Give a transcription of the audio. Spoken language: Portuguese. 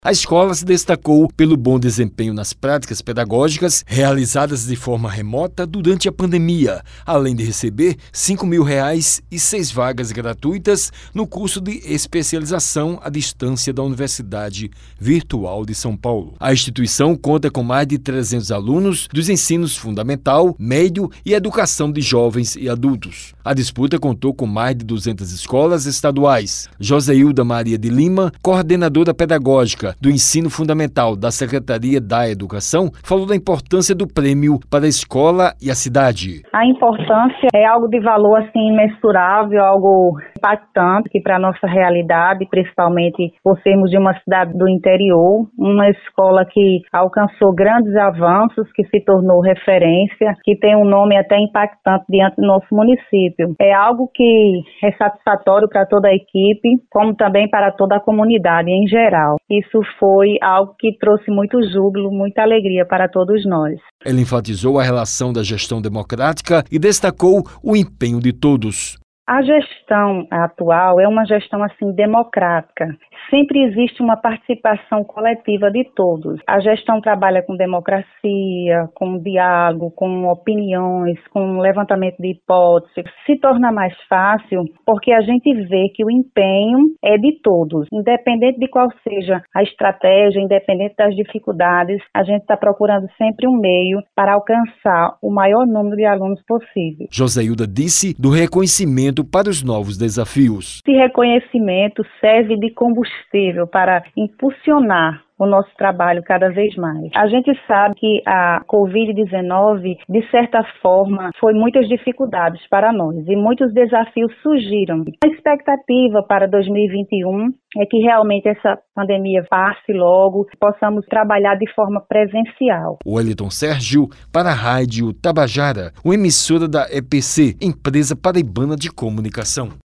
A escola se destacou pelo bom desempenho nas práticas pedagógicas realizadas de forma remota durante a pandemia, além de receber R$ 5.000 e 6 vagas gratuitas no curso de especialização à distância da Universidade Virtual de São Paulo. A instituição conta com mais de 300 alunos dos ensinos fundamental, médio e educação de jovens e adultos. A disputa contou com mais de 200 escolas estaduais. Joseilda Maria de Lima, coordenadora pedagógica do Ensino Fundamental da Secretaria da Educação, falou da importância do prêmio para a escola e a cidade. A importância é algo de valor assim imensurável, algo impactante que para a nossa realidade, principalmente por sermos de uma cidade do interior, uma escola que alcançou grandes avanços, que se tornou referência, que tem um nome até impactante diante do nosso município. É algo que é satisfatório para toda a equipe, como também para toda a comunidade em geral. Isso foi algo que trouxe muito júbilo, muita alegria para todos nós. Ela enfatizou a relação da gestão democrática e destacou o empenho de todos. A gestão atual é uma gestão assim democrática. Sempre existe uma participação coletiva de todos. A gestão trabalha com democracia, com diálogo, com opiniões, com levantamento de hipóteses. Se torna mais fácil porque a gente vê que o empenho é de todos. Independente de qual seja a estratégia, independente das dificuldades, a gente está procurando sempre um meio para alcançar o maior número de alunos possível. Joseilda disse do reconhecimento para os novos desafios. Esse reconhecimento serve de combustível para impulsionar o nosso trabalho cada vez mais. A gente sabe que a Covid-19, de certa forma, foi muitas dificuldades para nós e muitos desafios surgiram. A expectativa para 2021 é que realmente essa pandemia passe logo e possamos trabalhar de forma presencial. Wellington Sérgio para a Rádio Tabajara, uma emissora da EPC, Empresa Paraibana de Comunicação.